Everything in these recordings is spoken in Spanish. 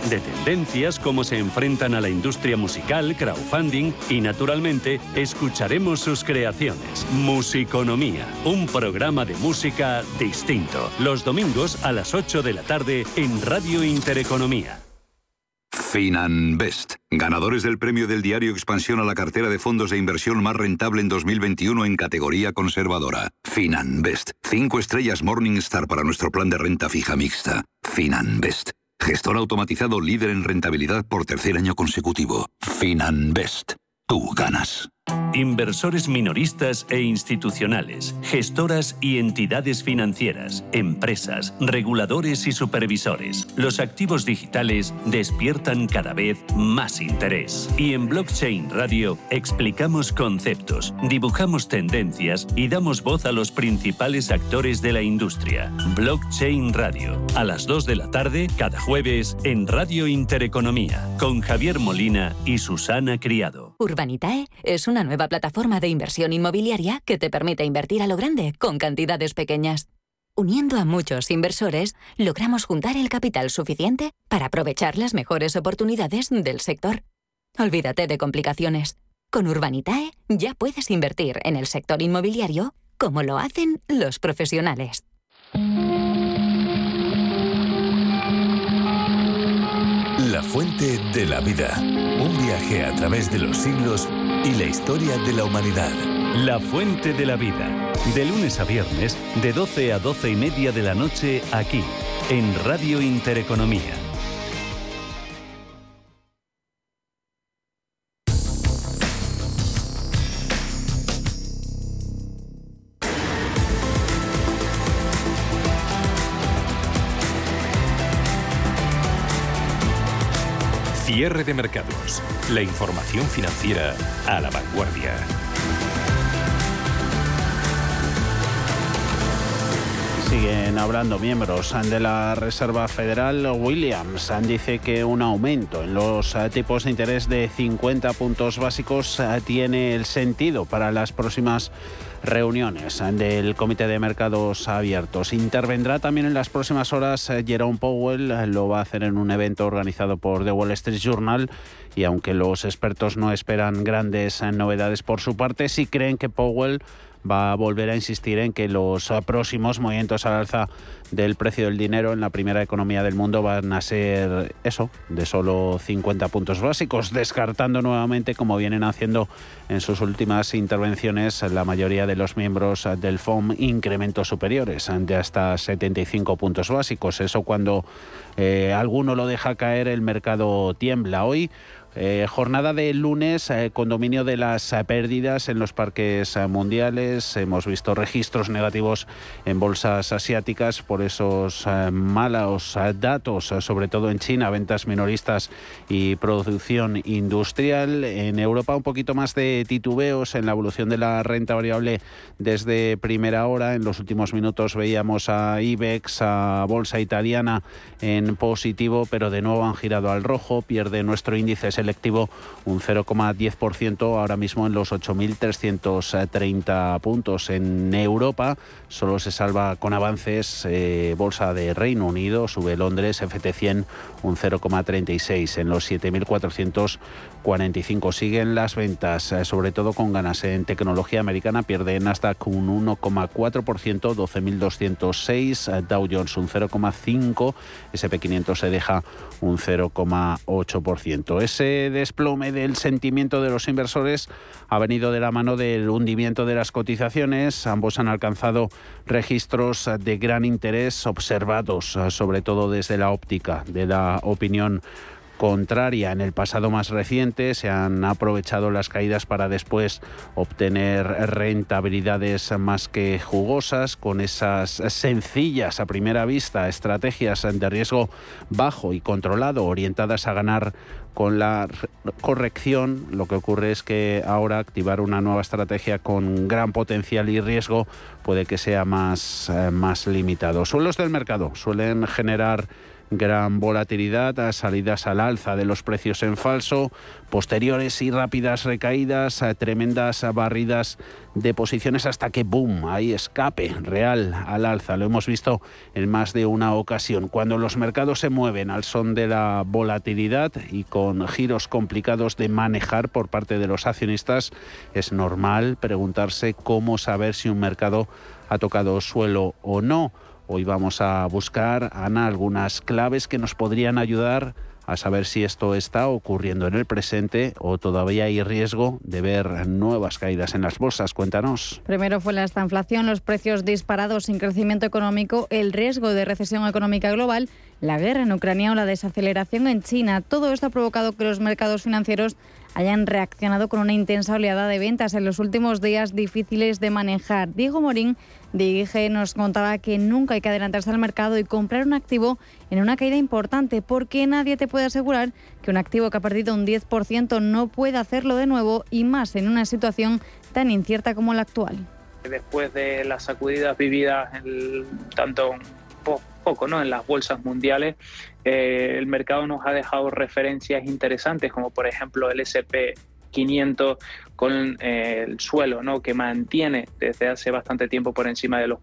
de tendencias, cómo se enfrentan a la industria musical, crowdfunding y, naturalmente, escucharemos sus creaciones. Musiconomía, un programa de música distinto. Los domingos a las 8 de la tarde en Radio Intereconomía. Finanbest, ganadores del premio del diario Expansión a la cartera de fondos de inversión más rentable en 2021 en categoría conservadora. Finanbest, 5 estrellas Morningstar para nuestro plan de renta fija mixta. Finanbest, gestor automatizado líder en rentabilidad por tercer año consecutivo. Finanbest, tú ganas. Inversores minoristas e institucionales, gestoras y entidades financieras, empresas, reguladores y supervisores. Los activos digitales despiertan cada vez más interés. Y en Blockchain Radio explicamos conceptos, dibujamos tendencias y damos voz a los principales actores de la industria. Blockchain Radio, a las 2 de la tarde, cada jueves, en Radio Intereconomía, con Javier Molina y Susana Criado. Urbanitae es una nueva plataforma de inversión inmobiliaria que te permite invertir a lo grande con cantidades pequeñas. Uniendo a muchos inversores, logramos juntar el capital suficiente para aprovechar las mejores oportunidades del sector. Olvídate de complicaciones. Con Urbanitae ya puedes invertir en el sector inmobiliario como lo hacen los profesionales. La fuente de la vida. Un viaje a través de los siglos y la historia de la humanidad. La fuente de la vida. De lunes a viernes, de 12 a 12 y media de la noche, aquí, en Radio Intereconomía. Cierre de mercados. La información financiera a la vanguardia. Siguen hablando miembros de la Reserva Federal. Williams dice que un aumento en los tipos de interés de 50 puntos básicos tiene el sentido para las próximas reuniones del Comité de Mercados Abiertos. Intervendrá también en las próximas horas Jerome Powell. Lo va a hacer en un evento organizado por The Wall Street Journal. Y aunque los expertos no esperan grandes novedades por su parte, sí creen que Powell va a volver a insistir en que los próximos movimientos al alza del precio del dinero en la primera economía del mundo van a ser eso, de solo 50 puntos básicos, descartando nuevamente, como vienen haciendo en sus últimas intervenciones la mayoría de los miembros del FOMC, incrementos superiores de hasta 75 puntos básicos. Eso cuando alguno lo deja caer, el mercado tiembla. Hoy jornada de lunes con dominio de las pérdidas en los parques mundiales. Hemos visto registros negativos en bolsas asiáticas por esos malos datos, sobre todo en China, ventas minoristas y producción industrial. En Europa un poquito más de titubeos en la evolución de la renta variable desde primera hora. En los últimos minutos veíamos a IBEX, a bolsa italiana en positivo, pero de nuevo han girado al rojo. Pierde nuestro índice selectivo un 0,10%, ahora mismo en los 8.330 puntos. En Europa solo se salva con avances bolsa de Reino Unido, sube Londres, FT100 un 0,36 en los 7.445. Siguen las ventas, sobre todo con ganas en tecnología americana. Pierde Nasdaq un 1,4%, 12.206, Dow Jones un 0,5%, SP500 se deja un 0,8%. Ese desplome del sentimiento de los inversores ha venido de la mano del hundimiento de las cotizaciones. Ambos han alcanzado registros de gran interés observados, sobre todo desde la óptica de la opinión contraria. En el pasado más reciente se han aprovechado las caídas para después obtener rentabilidades más que jugosas con esas sencillas a primera vista estrategias de riesgo bajo y controlado orientadas a ganar con la corrección. Lo que ocurre es que ahora activar una nueva estrategia con gran potencial y riesgo puede que sea más limitado. Suelos del mercado suelen generar gran volatilidad, a salidas al alza de los precios en falso, posteriores y rápidas recaídas, a tremendas barridas de posiciones hasta que ¡boom!, hay escape real al alza. Lo hemos visto en más de una ocasión. Cuando los mercados se mueven al son de la volatilidad y con giros complicados de manejar por parte de los accionistas, es normal preguntarse cómo saber si un mercado ha tocado suelo o no. Hoy vamos a buscar, Ana, algunas claves que nos podrían ayudar a saber si esto está ocurriendo en el presente o todavía hay riesgo de ver nuevas caídas en las bolsas. Cuéntanos. Primero fue la estanflación, los precios disparados sin crecimiento económico, el riesgo de recesión económica global, la guerra en Ucrania o la desaceleración en China. Todo esto ha provocado que los mercados financieros hayan reaccionado con una intensa oleada de ventas en los últimos días difíciles de manejar. Diego Morín, de IG, nos contaba que nunca hay que adelantarse al mercado y comprar un activo en una caída importante, porque nadie te puede asegurar que un activo que ha perdido un 10% no pueda hacerlo de nuevo, y más en una situación tan incierta como la actual. Después de las sacudidas vividas tanto poco, ¿no?, en las bolsas mundiales, el mercado nos ha dejado referencias interesantes, como por ejemplo el S&P 500 con el suelo, ¿no?, que mantiene desde hace bastante tiempo por encima de los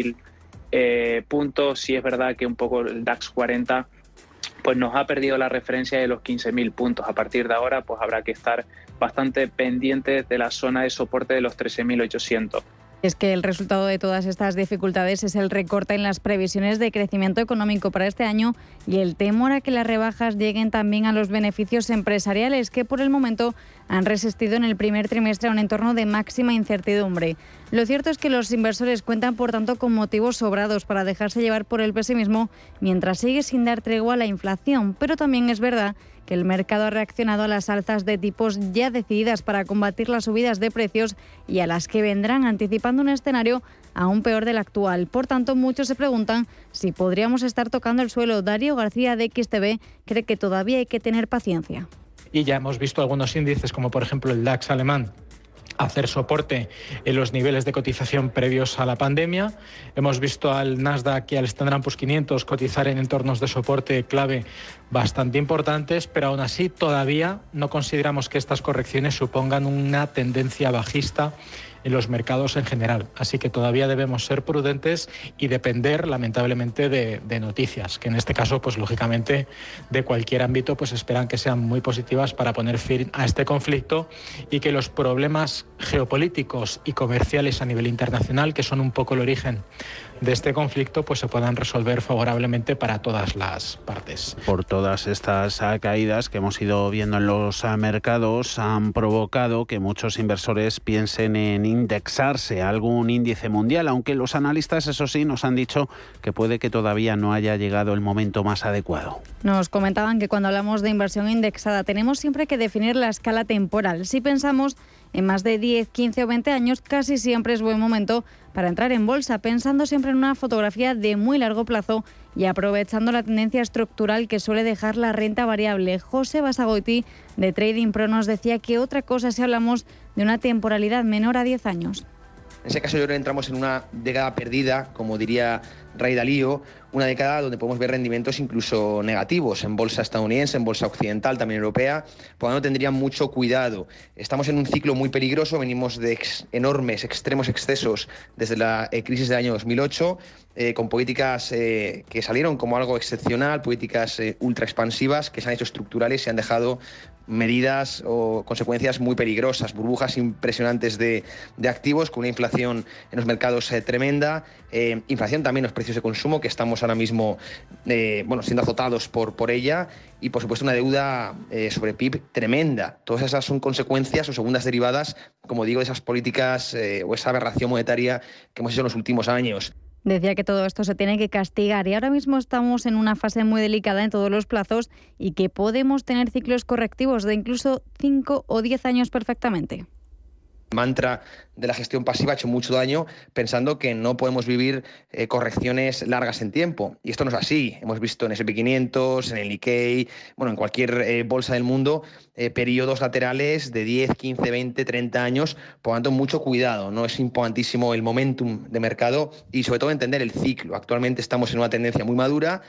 4.000 puntos. Sí es verdad que un poco el DAX 40 pues nos ha perdido la referencia de los 15.000 puntos. A partir de ahora pues habrá que estar bastante pendientes de la zona de soporte de los 13.800. Es que el resultado de todas estas dificultades es el recorte en las previsiones de crecimiento económico para este año y el temor a que las rebajas lleguen también a los beneficios empresariales, que por el momento han resistido en el primer trimestre a un entorno de máxima incertidumbre. Lo cierto es que los inversores cuentan, por tanto, con motivos sobrados para dejarse llevar por el pesimismo mientras sigue sin dar tregua a la inflación, pero también es verdad que el mercado ha reaccionado a las alzas de tipos ya decididas para combatir las subidas de precios y a las que vendrán, anticipando un escenario aún peor del actual. Por tanto, muchos se preguntan si podríamos estar tocando el suelo. Darío García, de XTB, cree que todavía hay que tener paciencia. Y ya hemos visto algunos índices, como por ejemplo el DAX alemán, hacer soporte en los niveles de cotización previos a la pandemia. Hemos visto al Nasdaq y al Standard & Poor's 500 cotizar en entornos de soporte clave bastante importantes, pero aún así todavía no consideramos que estas correcciones supongan una tendencia bajista en los mercados en general. Así que todavía debemos ser prudentes y depender, lamentablemente, de noticias, que en este caso, pues lógicamente, de cualquier ámbito, pues esperan que sean muy positivas para poner fin a este conflicto y que los problemas geopolíticos y comerciales a nivel internacional, que son un poco el origen de este conflicto, pues se puedan resolver favorablemente para todas las partes. Por todas estas caídas que hemos ido viendo en los mercados, han provocado que muchos inversores piensen en indexarse a algún índice mundial, aunque los analistas, eso sí, nos han dicho que puede que todavía no haya llegado el momento más adecuado. Nos comentaban que cuando hablamos de inversión indexada tenemos siempre que definir la escala temporal. Si pensamos en más de 10, 15 o 20 años, casi siempre es buen momento para entrar en bolsa, pensando siempre en una fotografía de muy largo plazo y aprovechando la tendencia estructural que suele dejar la renta variable. José Basagoiti, de Trading Pro, nos decía que otra cosa si hablamos de una temporalidad menor a 10 años. En ese caso yo creo que entramos en una década perdida, como diría Ray Dalio, una década donde podemos ver rendimientos incluso negativos en bolsa estadounidense, en bolsa occidental, también europea, por lo tanto tendrían mucho cuidado. Estamos en un ciclo muy peligroso, venimos de enormes, extremos excesos desde la crisis del año 2008, con políticas que salieron como algo excepcional, políticas ultra expansivas que se han hecho estructurales y han dejado medidas o consecuencias muy peligrosas, burbujas impresionantes de activos, con una inflación en los mercados tremenda, inflación también en los precios de consumo, que estamos ahora mismo siendo azotados por ella, y por supuesto una deuda sobre PIB tremenda. Todas esas son consecuencias o segundas derivadas, como digo, de esas políticas o esa aberración monetaria que hemos hecho en los últimos años. Decía que todo esto se tiene que castigar y ahora mismo estamos en una fase muy delicada en todos los plazos y que podemos tener ciclos correctivos de incluso 5 o 10 años perfectamente. El mantra de la gestión pasiva ha hecho mucho daño pensando que no podemos vivir correcciones largas en tiempo. Y esto no es así. Hemos visto en S&P 500, en el Nikkei, en cualquier bolsa del mundo, periodos laterales de 10, 15, 20, 30 años. Por lo tanto, mucho cuidado. No es importantísimo el momentum de mercado y sobre todo entender el ciclo. Actualmente estamos en una tendencia muy madura.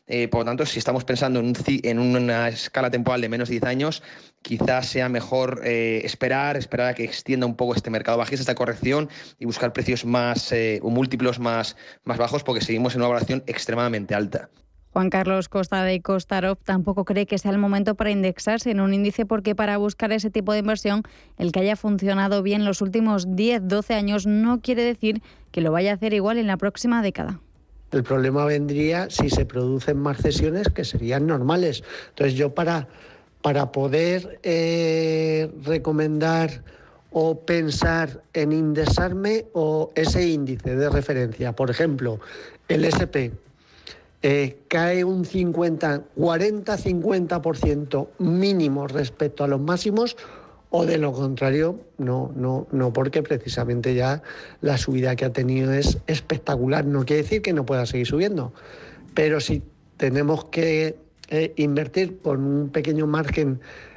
Por lo tanto, si estamos pensando en una escala temporal de menos de 10 años, quizás sea mejor esperar a que extienda un poco este mercado bajista, esta corrección, y buscar precios más o múltiplos más bajos, porque seguimos en una valoración extremadamente alta. Juan Carlos Costa de Costarov tampoco cree que sea el momento para indexarse en un índice, porque para buscar ese tipo de inversión, el que haya funcionado bien los últimos 10-12 años no quiere decir que lo vaya a hacer igual en la próxima década. El problema vendría si se producen más cesiones, que serían normales. Entonces yo para poder recomendar o pensar en indexarme o ese índice de referencia, por ejemplo, el SP, cae un 40-50% mínimo respecto a los máximos, o de lo contrario, no, porque precisamente ya la subida que ha tenido es espectacular. No quiere decir que no pueda seguir subiendo, pero si tenemos que invertir con un pequeño margen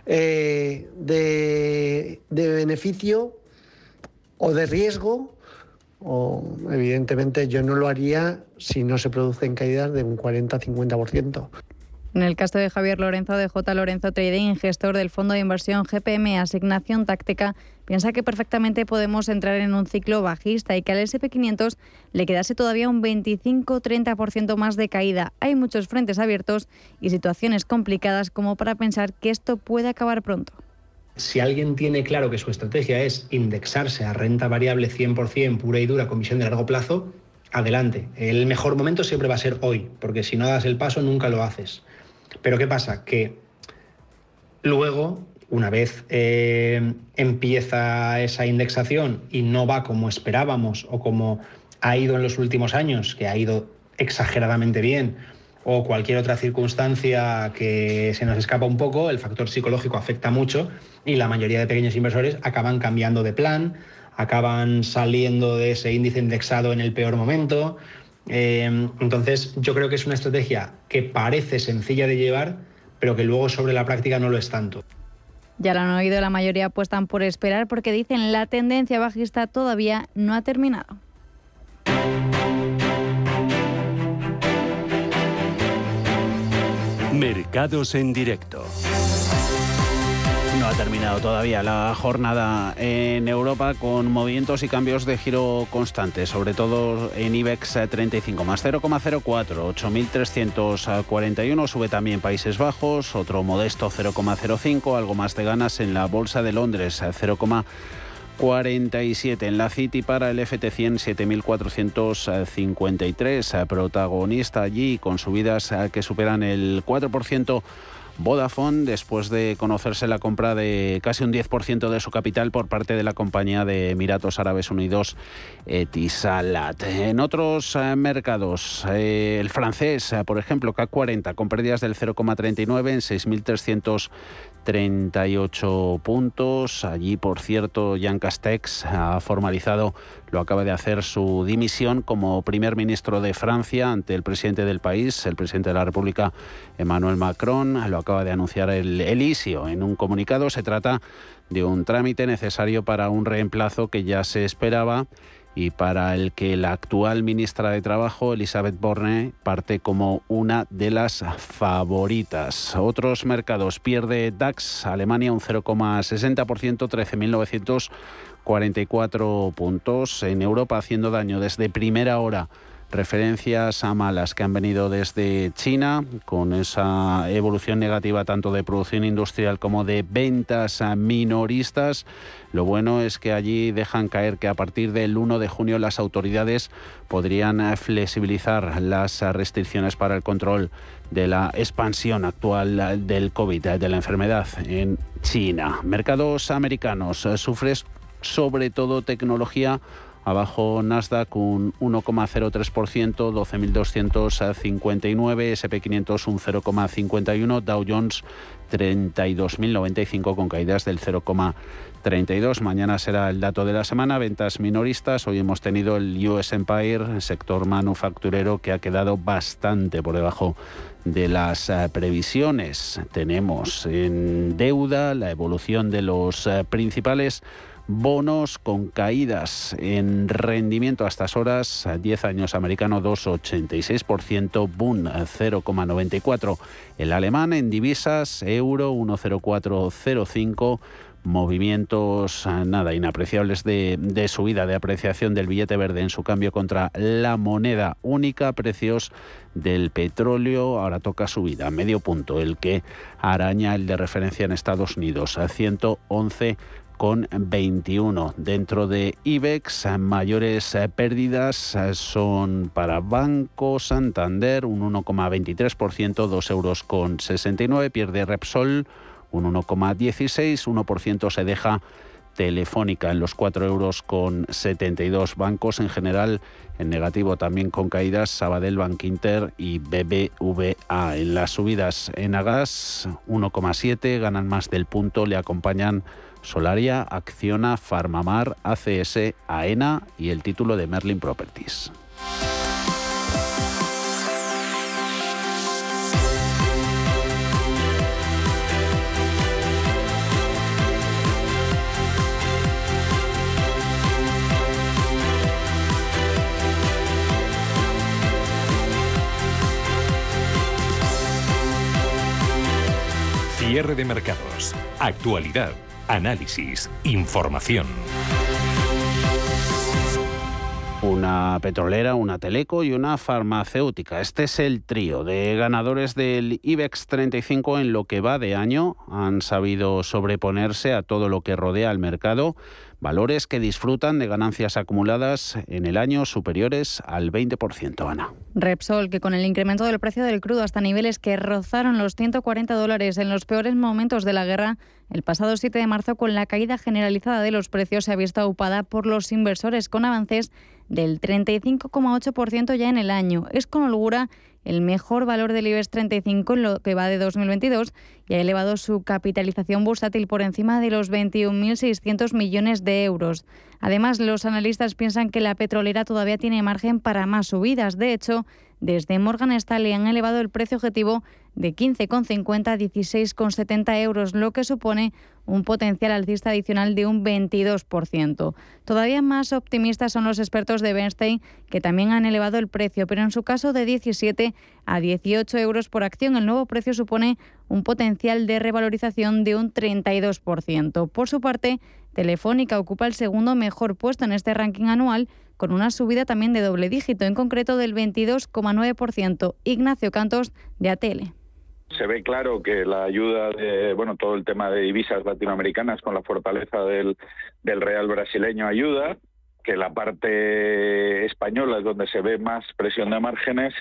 de beneficio o de riesgo, o evidentemente yo no lo haría si no se producen caídas de un 40-50%. En el caso de Javier Lorenzo, de J. Lorenzo Trading, gestor del fondo de inversión GPM Asignación Táctica, piensa que perfectamente podemos entrar en un ciclo bajista y que al SP500 le quedase todavía un 25-30% más de caída. Hay muchos frentes abiertos y situaciones complicadas como para pensar que esto puede acabar pronto. Si alguien tiene claro que su estrategia es indexarse a renta variable 100% pura y dura con visión de largo plazo, adelante. El mejor momento siempre va a ser hoy, porque si no das el paso nunca lo haces. Pero ¿qué pasa? Que luego, una vez empieza esa indexación y no va como esperábamos o como ha ido en los últimos años, que ha ido exageradamente bien, o cualquier otra circunstancia que se nos escapa un poco, el factor psicológico afecta mucho y la mayoría de pequeños inversores acaban cambiando de plan, acaban saliendo de ese índice indexado en el peor momento. Entonces yo creo que es una estrategia que parece sencilla de llevar, pero que luego sobre la práctica no lo es tanto. Ya lo han oído, la mayoría apuestan por esperar porque dicen la tendencia bajista todavía no ha terminado. Mercados en directo. No ha terminado todavía la jornada en Europa, con movimientos y cambios de giro constantes, sobre todo en IBEX 35, más 0,04, 8.341, sube también Países Bajos, otro modesto 0,05, algo más de ganas en la Bolsa de Londres, 0,47, en la City para el FT100 7.453, protagonista allí con subidas que superan el 4%. Vodafone, después de conocerse la compra de casi un 10% de su capital por parte de la compañía de Emiratos Árabes Unidos, Etisalat. En otros mercados, el francés, por ejemplo, CAC 40, con pérdidas del 0,39 en 6.338 puntos. Allí, por cierto, Jean Castex ha formalizado, lo acaba de hacer, su dimisión como primer ministro de Francia ante el presidente del país, el presidente de la República, Emmanuel Macron. Lo acaba de anunciar el ISIO en un comunicado. Se trata de un trámite necesario para un reemplazo que ya se esperaba y para el que la actual ministra de Trabajo, Elisabeth Borne, parte como una de las favoritas. Otros mercados, pierde DAX, Alemania un 0,60%, 13.944 puntos. En Europa, haciendo daño desde primera hora, referencias a malas que han venido desde China, con esa evolución negativa tanto de producción industrial como de ventas a minoristas. Lo bueno es que allí dejan caer que a partir del 1 de junio las autoridades podrían flexibilizar las restricciones para el control de la expansión actual del COVID, de la enfermedad en China. Mercados americanos, sufre sobre todo tecnología. Abajo Nasdaq un 1,03%, 12.259, SP500 un 0,51, Dow Jones 32.095 con caídas del 0,32. Mañana será el dato de la semana, ventas minoristas. Hoy hemos tenido el US Empire, sector manufacturero, que ha quedado bastante por debajo de las previsiones. Tenemos en deuda la evolución de los principales bonos con caídas en rendimiento a estas horas. 10 años americano 2,86%, Bund 0,94%. El alemán en divisas, euro 1,0405. Movimientos inapreciables de subida, de apreciación del billete verde en su cambio contra la moneda única. Precios del petróleo ahora toca subida, medio punto, el que araña el de referencia en Estados Unidos, a 111,21. Dentro de IBEX, mayores pérdidas son para Banco Santander, un 1,23%, 2,69 euros. Pierde Repsol, un 1,16, 1% se deja Telefónica en los 4,72 euros. Bancos en general en negativo, también con caídas, Sabadell, Bankinter y BBVA. En las subidas, Enagas 1,7, ganan más del punto, le acompañan Solaria, Acciona, Farmamar, ACS, AENA y el título de Merlin Properties. Cierre de mercados, actualidad, análisis, información. Una petrolera, una teleco y una farmacéutica. Este es el trío de ganadores del IBEX 35 en lo que va de año. Han sabido sobreponerse a todo lo que rodea al mercado. Valores que disfrutan de ganancias acumuladas en el año superiores al 20%, Ana. Repsol, que con el incremento del precio del crudo hasta niveles que rozaron los $140 en los peores momentos de la guerra, el pasado 7 de marzo, con la caída generalizada de los precios, se ha visto aupada por los inversores con avances del 35,8% ya en el año. Es con holgura el mejor valor del IBEX 35 en lo que va de 2022 y ha elevado su capitalización bursátil por encima de los 21.600 millones de euros. Además, los analistas piensan que la petrolera todavía tiene margen para más subidas. De hecho, desde Morgan Stanley han elevado el precio objetivo de 15,50 a 16,70 euros, lo que supone un potencial alcista adicional de un 22%. Todavía más optimistas son los expertos de Bernstein, que también han elevado el precio, pero en su caso de 17 a 18 euros por acción. El nuevo precio supone un potencial de revalorización de un 32%. Por su parte, Telefónica ocupa el segundo mejor puesto en este ranking anual, con una subida también de doble dígito, en concreto del 22,9%. Ignacio Cantos, de ATL. Se ve claro que la ayuda de, todo el tema de divisas latinoamericanas con la fortaleza del real brasileño ayuda, que la parte española es donde se ve más presión de márgenes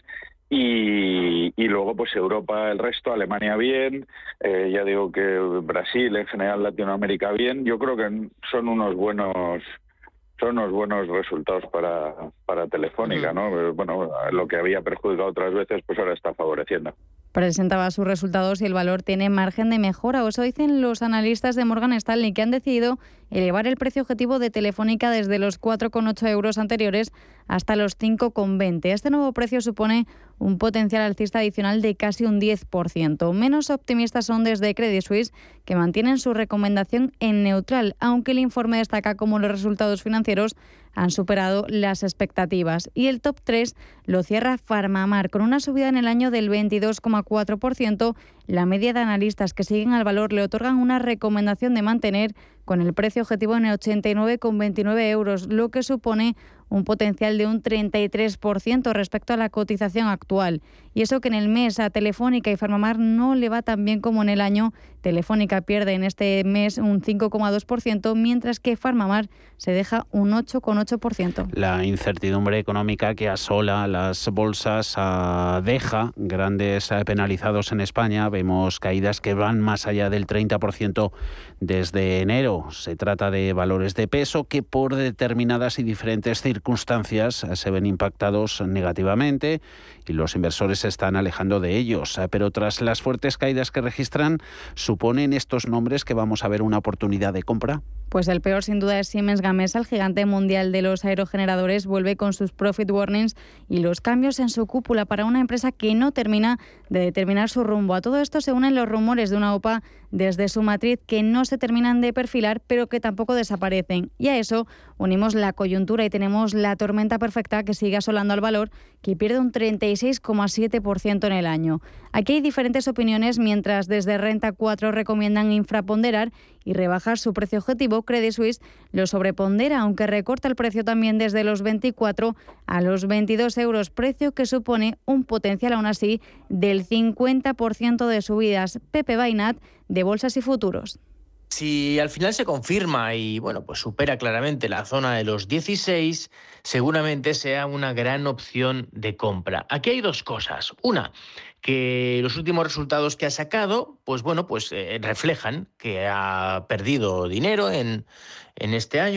y luego pues Europa, el resto, Alemania bien, ya digo que Brasil, en general Latinoamérica bien. Yo creo que son unos buenos resultados para Telefónica, ¿no? Bueno, lo que había perjudicado otras veces, pues ahora está favoreciendo. Presentaba sus resultados y el valor tiene margen de mejora, o eso dicen los analistas de Morgan Stanley, que han decidido elevar el precio objetivo de Telefónica desde los 4,8 euros anteriores hasta los 5,20. Este nuevo precio supone un potencial alcista adicional de casi un 10%. Menos optimistas son desde Credit Suisse, que mantienen su recomendación en neutral, aunque el informe destaca cómo los resultados financieros han superado las expectativas. Y el top 3 lo cierra Farmamar, con una subida en el año del 22,4%. La media de analistas que siguen al valor le otorgan una recomendación de mantener con el precio objetivo en 89,29 euros, lo que supone un potencial de un 33% respecto a la cotización actual. Y eso que en el mes a Telefónica y Farmamar no le va tan bien como en el año. Telefónica pierde en este mes un 5,2%, mientras que Farmamar se deja un 8,8%. La incertidumbre económica que asola las bolsas deja grandes penalizados en España. Vemos caídas que van más allá del 30% desde enero. Se trata de valores de peso que por determinadas y diferentes circunstancias se ven impactados negativamente y los inversores se están alejando de ellos. Pero tras las fuertes caídas que registran, ¿suponen estos nombres que vamos a ver una oportunidad de compra? Pues el peor sin duda es Siemens Gamesa. El gigante mundial de los aerogeneradores vuelve con sus profit warnings y los cambios en su cúpula para una empresa que no termina de determinar su rumbo. A todo esto se unen los rumores de una OPA desde su matriz que no se terminan de perfilar, pero que tampoco desaparecen. Y a eso unimos la coyuntura y tenemos la tormenta perfecta que sigue asolando al valor, que pierde un 36,7% en el año. Aquí hay diferentes opiniones, mientras desde Renta 4 recomiendan infraponderar y rebajar su precio objetivo. Credit Suisse lo sobrepondera, aunque recorta el precio también desde los 24 a los 22 euros, precio que supone un potencial aún así del 50% de subidas. Pepe Bainat, de Bolsas y Futuros. Si al final se confirma y pues supera claramente la zona de los 16, seguramente sea una gran opción de compra. Aquí hay dos cosas. Una, que los últimos resultados que ha sacado, reflejan que ha perdido dinero en este año,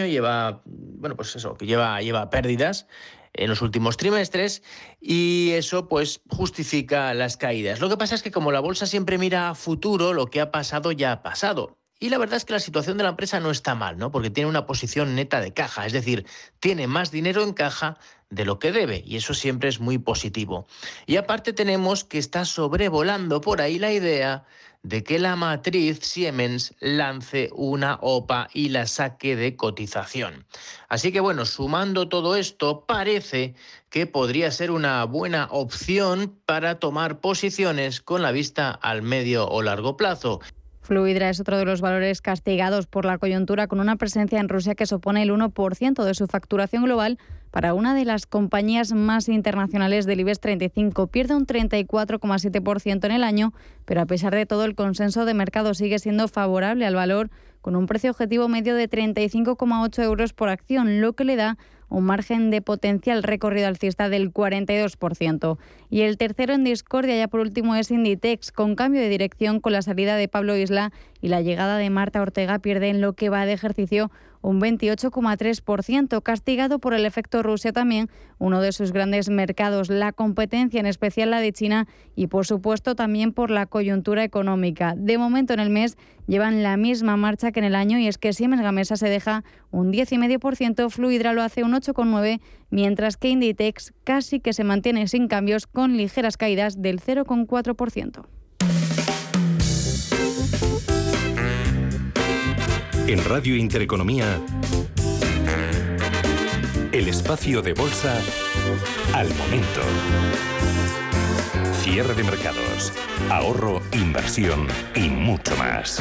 que lleva pérdidas en los últimos trimestres, y eso justifica las caídas. Lo que pasa es que como la bolsa siempre mira a futuro, lo que ha pasado ya ha pasado. Y la verdad es que la situación de la empresa no está mal, ¿no? Porque tiene una posición neta de caja, es decir, tiene más dinero en caja de lo que debe, y eso siempre es muy positivo. Y aparte tenemos que está sobrevolando por ahí la idea de que la matriz Siemens lance una OPA y la saque de cotización. Así que sumando todo esto, parece que podría ser una buena opción para tomar posiciones con la vista al medio o largo plazo. Fluidra es otro de los valores castigados por la coyuntura, con una presencia en Rusia que supone el 1% de su facturación global. Para una de las compañías más internacionales del IBEX 35, pierde un 34,7% en el año, pero a pesar de todo el consenso de mercado sigue siendo favorable al valor, con un precio objetivo medio de 35,8 euros por acción, lo que le da un margen de potencial recorrido alcista del 42%. Y el tercero en discordia, ya por último, es Inditex, con cambio de dirección con la salida de Pablo Isla y la llegada de Marta Ortega, pierde en lo que va de ejercicio un 28,3%, castigado por el efecto Rusia también, uno de sus grandes mercados, la competencia, en especial la de China, y por supuesto también por la coyuntura económica. De momento en el mes llevan la misma marcha que en el año, y es que Siemens Gamesa se deja un 10,5%, Fluidra lo hace un 8,9%, mientras que Inditex casi que se mantiene sin cambios, con ligeras caídas del 0,4%. En Radio Intereconomía, el espacio de bolsa al momento. Cierre de mercados, ahorro, inversión y mucho más.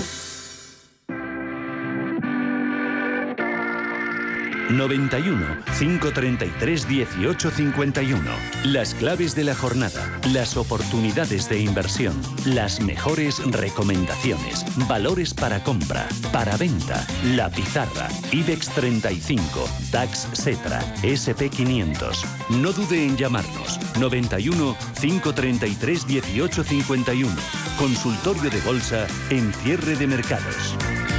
...91 533 1851. Las claves de la jornada, las oportunidades de inversión, las mejores recomendaciones, valores para compra, para venta, la pizarra, IBEX 35, DAX Setra, SP 500. No dude en llamarnos. 91 533 1851. Consultorio de bolsa en cierre de mercados.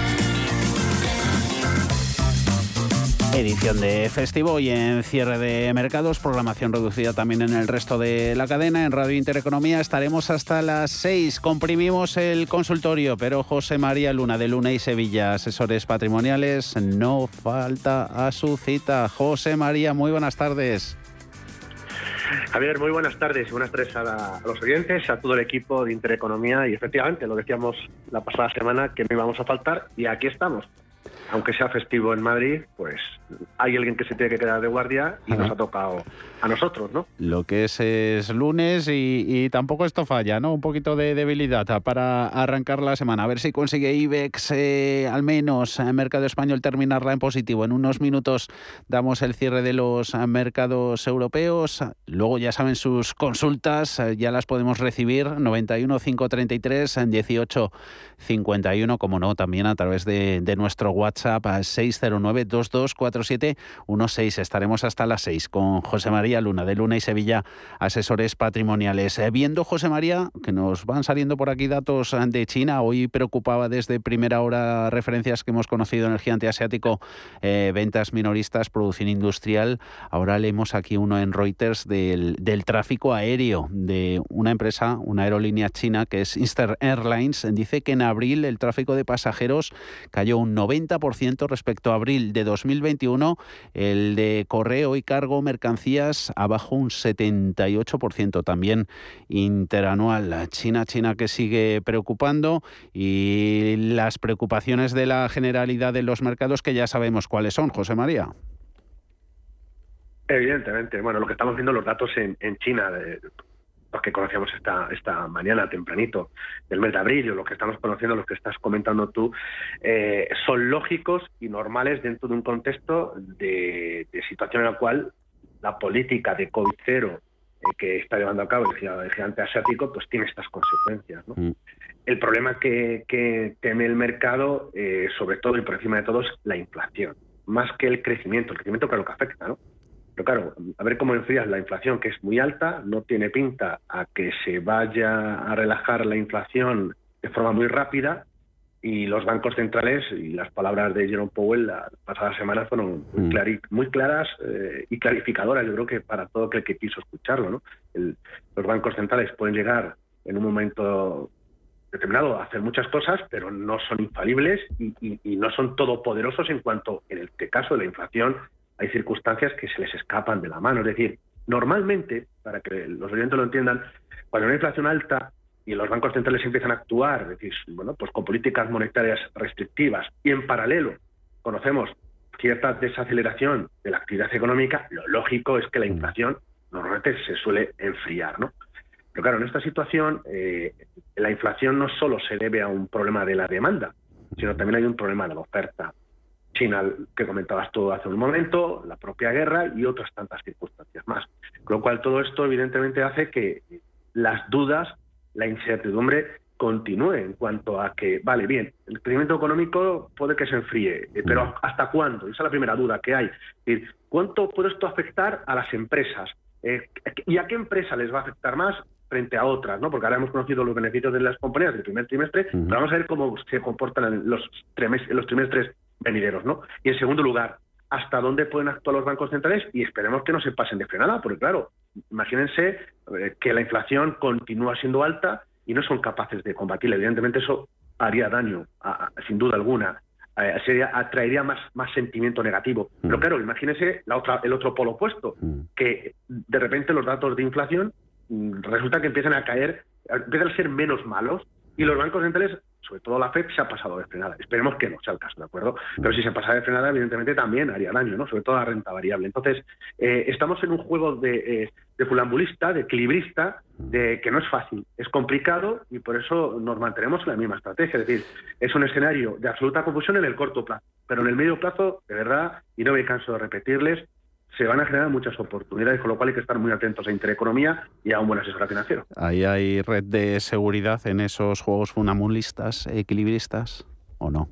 Edición de festivo y en cierre de mercados, programación reducida también en el resto de la cadena. En Radio Intereconomía estaremos hasta las 6. Comprimimos el consultorio, pero José María Luna, de Luna y Sevilla, asesores patrimoniales, no falta a su cita. José María, muy buenas tardes. Javier, muy buenas tardes. Buenas tardes a los oyentes, a todo el equipo de Intereconomía, y efectivamente, lo decíamos la pasada semana, que no íbamos a faltar, y aquí estamos. Aunque sea festivo en Madrid, pues hay alguien que se tiene que quedar de guardia y nos ha tocado a nosotros, ¿no? Lo que es lunes y tampoco esto falla, ¿no? Un poquito de debilidad para arrancar la semana. A ver si consigue IBEX, al menos en mercado español, terminarla en positivo. En unos minutos damos el cierre de los mercados europeos. Luego ya saben, sus consultas ya las podemos recibir. 91 533 18 51, como no, también a través de nuestro WhatsApp. WhatsApp a 609-224716. Estaremos hasta las 6 con José María Luna, de Luna y Sevilla, asesores patrimoniales. Viendo, José María, que nos van saliendo por aquí datos de China. Hoy preocupaba desde primera hora referencias que hemos conocido en el gigante asiático, ventas minoristas, producción industrial. Ahora leemos aquí uno en Reuters del tráfico aéreo de una empresa, una aerolínea china que es Eastern Airlines. Dice que en abril el tráfico de pasajeros cayó un 90% respecto a abril de 2021. El de correo y cargo mercancías abajo un 78% también interanual. China que sigue preocupando, y las preocupaciones de la generalidad de los mercados que ya sabemos cuáles son, José María. Evidentemente, bueno, lo que estamos viendo los datos en China, los que conocíamos esta mañana tempranito del mes de abril, o lo que estamos conociendo, los que estás comentando tú, son lógicos y normales dentro de un contexto de situación en la cual la política de COVID cero que está llevando a cabo el gigante asiático, pues tiene estas consecuencias, ¿no? El problema que teme el mercado, sobre todo y por encima de todo, es la inflación, más que el crecimiento. El crecimiento, claro que afecta, ¿no? Pero claro, a ver cómo enfrías la inflación, que es muy alta, no tiene pinta a que se vaya a relajar la inflación de forma muy rápida, y los bancos centrales, y las palabras de Jerome Powell la pasada semana fueron muy claras y clarificadoras, yo creo que para todo aquel que quiso escucharlo, ¿no? Los bancos centrales pueden llegar en un momento determinado a hacer muchas cosas, pero no son infalibles y no son todopoderosos en cuanto, en el caso de la inflación, hay circunstancias que se les escapan de la mano. Es decir, normalmente, para que los oyentes lo entiendan, cuando hay una inflación alta y los bancos centrales empiezan a actuar, es decir, bueno, pues con políticas monetarias restrictivas, y en paralelo conocemos cierta desaceleración de la actividad económica, lo lógico es que la inflación normalmente se suele enfriar, ¿no? Pero claro, en esta situación la inflación no solo se debe a un problema de la demanda, sino también hay un problema de la oferta. China, que comentabas tú hace un momento, la propia guerra y otras tantas circunstancias más. Con lo cual todo esto evidentemente hace que las dudas, la incertidumbre continúe en cuanto a que, vale, bien, el crecimiento económico puede que se enfríe, pero ¿hasta cuándo? Esa es la primera duda que hay. Es decir, ¿cuánto puede esto afectar a las empresas? ¿Y a qué empresa les va a afectar más frente a otras, ¿no? Porque ahora hemos conocido los beneficios de las compañías del primer trimestre, pero vamos a ver cómo se comportan en los trimestres venideros, ¿no? Y en segundo lugar, ¿hasta dónde pueden actuar los bancos centrales? Y esperemos que no se pasen de frenada, porque claro, imagínense que la inflación continúa siendo alta y no son capaces de combatirla. Evidentemente eso haría daño, sin duda alguna, atraería más sentimiento negativo. Pero claro, imagínense el otro polo opuesto, que de repente los datos de inflación resulta que empiezan a caer, empiezan a ser menos malos, y los bancos centrales, sobre todo la FED, se ha pasado de frenada. Esperemos que no sea el caso, ¿de acuerdo? Pero si se pasa de frenada, evidentemente también haría daño, ¿no? Sobre todo la renta variable. Entonces, estamos en un juego de funambulista, de equilibrista, que no es fácil, es complicado, y por eso nos mantenemos en la misma estrategia. Es decir, es un escenario de absoluta confusión en el corto plazo, pero en el medio plazo, de verdad, y no me canso de repetirles, se van a generar muchas oportunidades, con lo cual hay que estar muy atentos a Intereconomía y a un buen asesor financiero. ¿Ahí hay red de seguridad en esos juegos funambulistas, equilibristas, o no?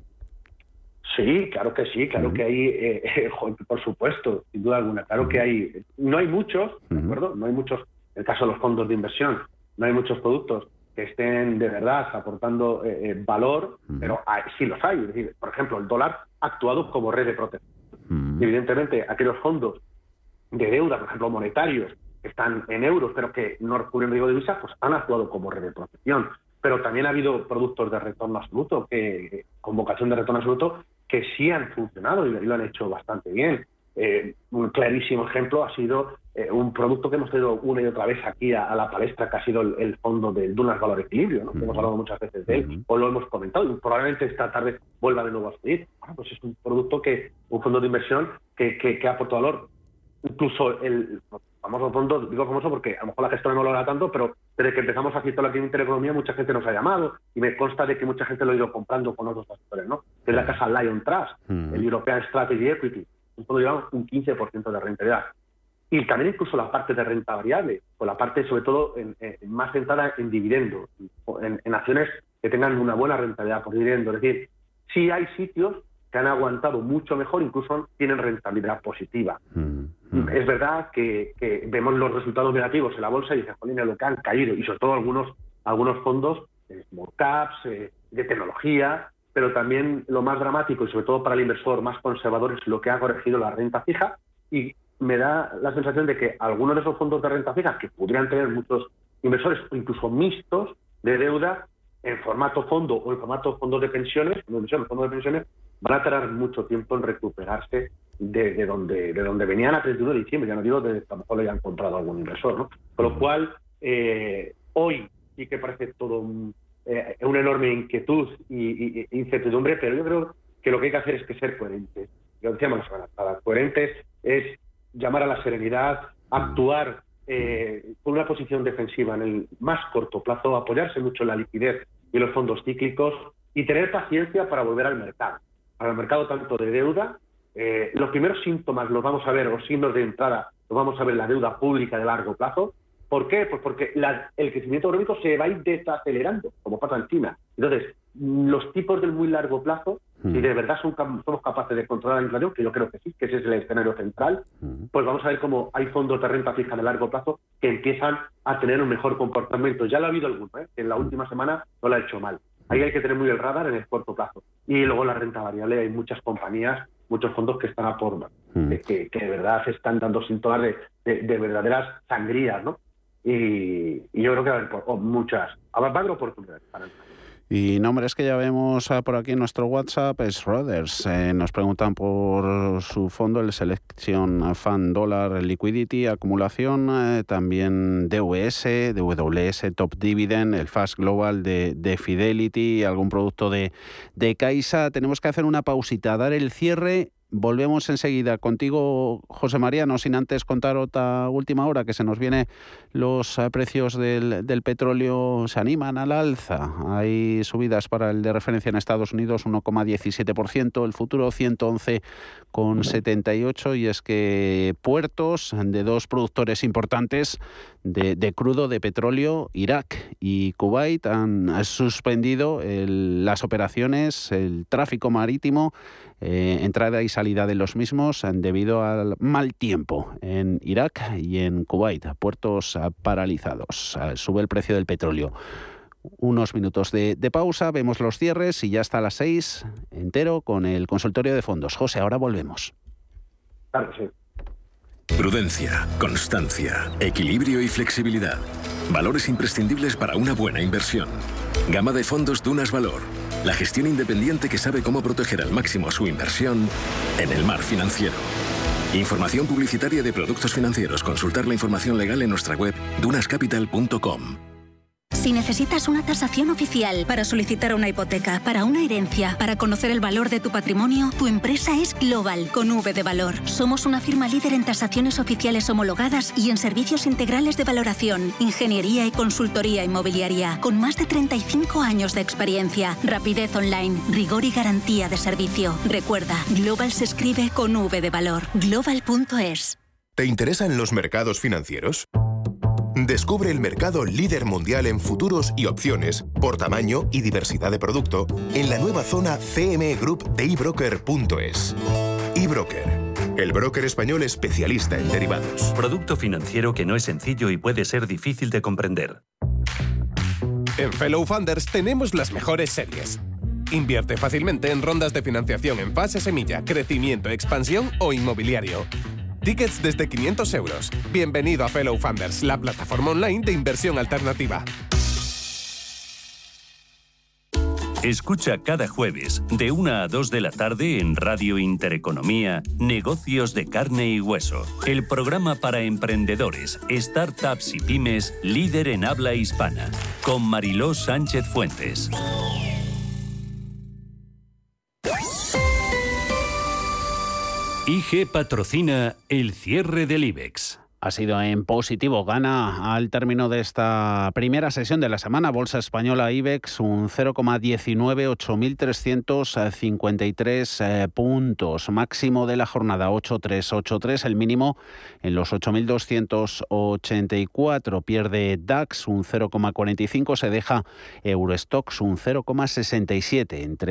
Sí, claro que sí, claro que hay, por supuesto, sin duda alguna, claro que hay. No hay muchos, ¿de acuerdo? No hay muchos, en el caso de los fondos de inversión, no hay muchos productos que estén de verdad aportando valor, pero sí los hay. Es decir, por ejemplo, el dólar ha actuado como red de protección. Evidentemente, aquellos fondos de deuda, por ejemplo, monetarios, que están en euros, pero que no recurren riesgo de divisa, pues han actuado como red de protección. Pero también ha habido productos de retorno absoluto, con vocación de retorno absoluto, que sí han funcionado y lo han hecho bastante bien. Un clarísimo ejemplo ha sido un producto que hemos tenido una y otra vez aquí a la palestra, que ha sido el fondo del Dunas Valor Equilibrio, ¿no? Que hemos hablado muchas veces de él, o lo hemos comentado, y probablemente esta tarde vuelva de nuevo a salir. Bueno, pues es un producto un fondo de inversión que aporta valor. Incluso el famoso fondo, digo famoso porque a lo mejor la gestora no lo hará tanto, pero desde que empezamos a citarlo aquí en Intereconomía, mucha gente nos ha llamado, y me consta de que mucha gente lo ha ido comprando con otros asesores, ¿no? Que es la casa Lion Trust, el European Strategy Equity, un fondo lleva un 15% de rentabilidad. Y también incluso la parte de renta variable, o la parte sobre todo más centrada en dividendos, en acciones que tengan una buena rentabilidad por dividendo. Es decir, sí hay sitios que han aguantado mucho mejor, incluso tienen rentabilidad positiva. Es verdad que vemos los resultados negativos en la bolsa y dices, jolín, lo que han caído, y sobre todo algunos fondos, small caps, de tecnología, pero también lo más dramático, y sobre todo para el inversor más conservador, es lo que ha corregido la renta fija, y me da la sensación de que algunos de esos fondos de renta fija, que podrían tener muchos inversores, incluso mixtos, de deuda, en formato fondo o en formato fondos de pensiones, van a tardar mucho tiempo en recuperarse de donde venían a 31 de diciembre. Ya no digo de a lo mejor lo hayan comprado algún inversor, ¿no? Con lo cual, hoy sí que parece todo una enorme inquietud e incertidumbre, pero yo creo que lo que hay que hacer es ser coherentes. Lo decíamos la semana pasada, coherentes es llamar a la serenidad, actuar con una posición defensiva en el más corto plazo, apoyarse mucho en la liquidez y los fondos cíclicos y tener paciencia para volver al mercado tanto de deuda. Los primeros síntomas los vamos a ver, o signos de entrada, los vamos a ver en la deuda pública de largo plazo. ¿Por qué? Pues porque el crecimiento económico se va a ir desacelerando, como pasa en China. Entonces, los tipos del muy largo plazo, si de verdad somos capaces de controlar la inflación, que yo creo que sí, que ese es el escenario central, pues vamos a ver cómo hay fondos de renta fija de largo plazo que empiezan a tener un mejor comportamiento. Ya lo ha habido alguno, que en la última semana no lo ha hecho mal. Ahí hay que tener muy el radar en el corto plazo. Y luego la renta variable, hay muchas compañías, muchos fondos que están a por que de verdad se están dando síntomas de verdaderas sangrías, ¿no? Y yo creo que va a haber oportunidades para el país. Y nombres que ya vemos por aquí en nuestro WhatsApp es Schroders. Nos preguntan por su fondo, el Selection Fund Dollar Liquidity, acumulación, también DWS, Top Dividend, el Fast Global de Fidelity, algún producto de Caixa. Tenemos que hacer una pausita, dar el cierre. Volvemos enseguida contigo, José María, no sin antes contar otra última hora, que se nos viene los precios del petróleo, se animan al alza. Hay subidas para el de referencia en Estados Unidos, 1,17%, el futuro 111,78, y es que puertos de dos productores importantes de crudo, de petróleo, Irak y Kuwait, han suspendido las operaciones, el tráfico marítimo, entrada y salida de los mismos debido al mal tiempo en Irak y en Kuwait. Puertos paralizados. Sube el precio del petróleo. Unos minutos de pausa, vemos los cierres y ya está a las 6 entero con el consultorio de fondos. José, ahora volvemos. Claro, sí. Prudencia, constancia, equilibrio y flexibilidad. Valores imprescindibles para una buena inversión. Gama de fondos Dunas Valor. La gestión independiente que sabe cómo proteger al máximo su inversión en el mar financiero. Información publicitaria de productos financieros. Consultar la información legal en nuestra web dunascapital.com. Si necesitas una tasación oficial para solicitar una hipoteca, para una herencia, para conocer el valor de tu patrimonio, tu empresa es Global, con V de valor. Somos una firma líder en tasaciones oficiales homologadas y en servicios integrales de valoración, ingeniería y consultoría inmobiliaria, con más de 35 años de experiencia, rapidez online, rigor y garantía de servicio. Recuerda, Global se escribe con V de valor. Global.es. ¿Te interesan los mercados financieros? Descubre el mercado líder mundial en futuros y opciones por tamaño y diversidad de producto en la nueva zona CME Group de eBroker.es. eBroker, el broker español especialista en derivados. Producto financiero que no es sencillo y puede ser difícil de comprender. En Fellow Funders tenemos las mejores series. Invierte fácilmente en rondas de financiación en fase semilla, crecimiento, expansión o inmobiliario. Tickets desde 500 euros. Bienvenido a Fellow Funders, la plataforma online de inversión alternativa. Escucha cada jueves de 1 a 2 de la tarde en Radio Intereconomía, Negocios de Carne y Hueso. El programa para emprendedores, startups y pymes, líder en habla hispana. Con Mariló Sánchez Fuentes. IG patrocina el cierre del IBEX. Ha sido en positivo, gana al término de esta primera sesión de la semana. Bolsa española IBEX un 0,19, 8.353 puntos. Máximo de la jornada 8.383, el mínimo en los 8.284. Pierde DAX un 0,45, se deja Eurostoxx un 0,67 en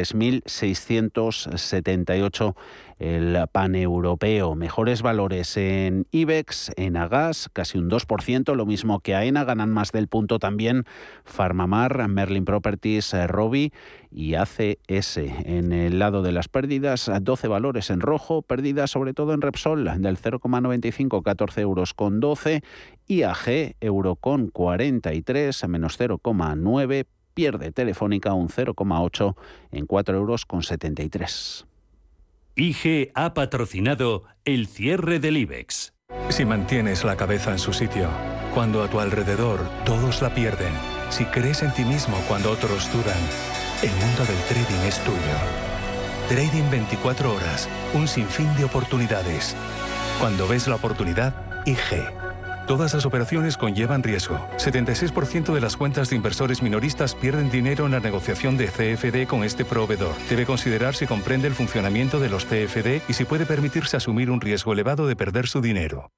3.678 el paneuropeo. Mejores valores en IBEX, en Agas, casi un 2%, lo mismo que AENA, ganan más del punto también Farmamar, Merlin Properties, Robi y ACS. En el lado de las pérdidas, 12 valores en rojo, pérdidas sobre todo en Repsol del 0,95, 14 euros con 12, IAG, Eurocon 43, menos 0,9, pierde Telefónica un 0,8 en 4 euros con 73. IG ha patrocinado el cierre del IBEX. Si mantienes la cabeza en su sitio, cuando a tu alrededor todos la pierden, si crees en ti mismo cuando otros dudan, el mundo del trading es tuyo. Trading 24 horas, un sinfín de oportunidades. Cuando ves la oportunidad, IG. Todas las operaciones conllevan riesgo. 76% de las cuentas de inversores minoristas pierden dinero en la negociación de CFD con este proveedor. Debe considerar si comprende el funcionamiento de los CFD y si puede permitirse asumir un riesgo elevado de perder su dinero.